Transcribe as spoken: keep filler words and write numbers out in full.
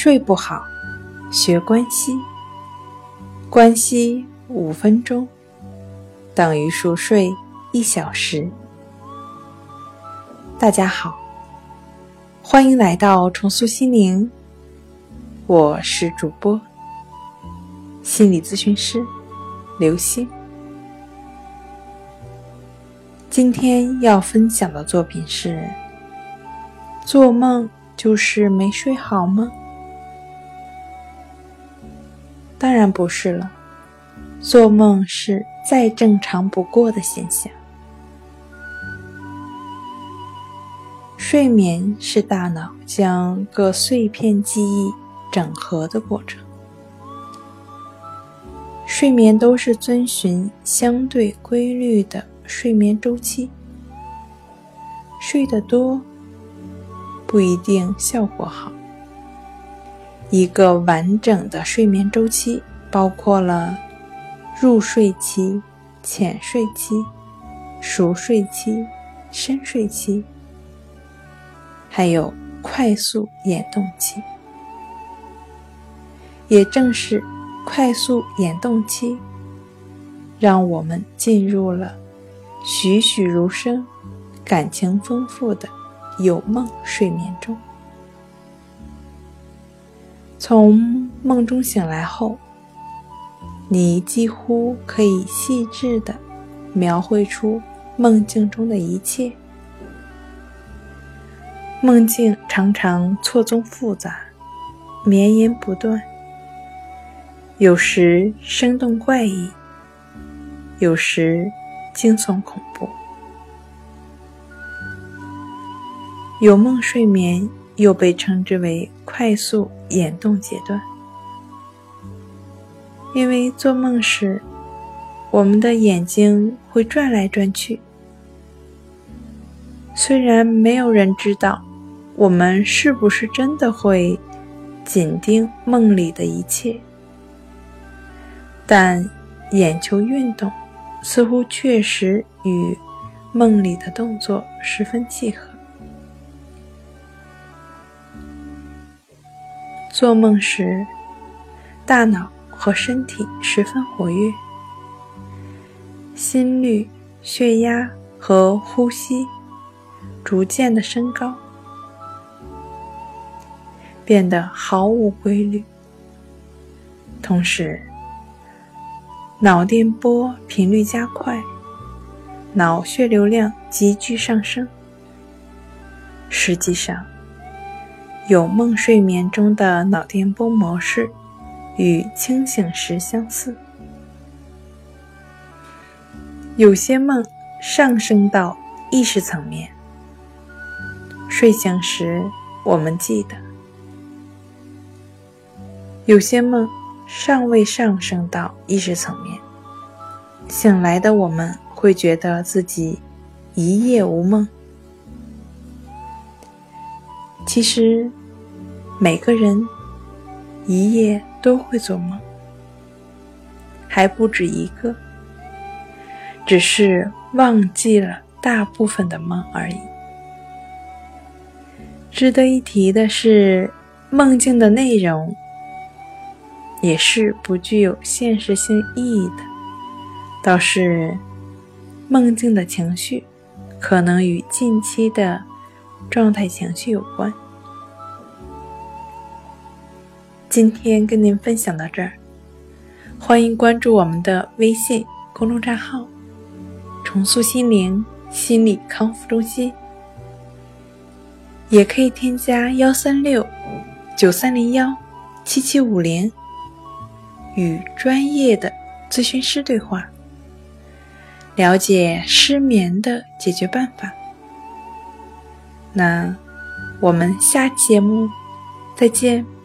睡不好，学关息。关息五分钟等于熟睡一小时。大家好，欢迎来到重塑心灵，我是主播心理咨询师刘星。今天要分享的作品是：做梦就是没睡好吗？当然不是了，做梦是再正常不过的现象。睡眠是大脑将各碎片记忆整合的过程。睡眠都是遵循相对规律的睡眠周期，睡得多不一定效果好。一个完整的睡眠周期包括了入睡期、浅睡期、熟睡期、深睡期，还有快速眼动期。也正是快速眼动期，让我们进入了栩栩如生、感情丰富的有梦睡眠中。从梦中醒来后，你几乎可以细致地描绘出梦境中的一切。梦境常常错综复杂，绵延不断，有时生动怪异，有时惊悚恐怖。有梦睡眠又被称之为快速眼动阶段，因为做梦时我们的眼睛会转来转去。虽然没有人知道我们是不是真的会紧盯梦里的一切，但眼球运动似乎确实与梦里的动作十分契合。做梦时，大脑和身体十分活跃，心率、血压和呼吸逐渐的升高，变得毫无规律。同时，脑电波频率加快，脑血流量急剧上升。实际上，有梦睡眠中的脑电波模式与清醒时相似。有些梦上升到意识层面，睡醒时我们记得；有些梦尚未上升到意识层面，醒来的我们会觉得自己一夜无梦。其实每个人一夜都会做梦，还不止一个，只是忘记了大部分的梦而已。值得一提的是，梦境的内容也是不具有现实性意义的，倒是梦境的情绪可能与近期的状态情绪有关。今天跟您分享到这儿，欢迎关注我们的微信公众账号重塑心灵心理康复中心，也可以添加一三六九三零一七七五零与专业的咨询师对话，了解失眠的解决办法。那我们下期节目再见。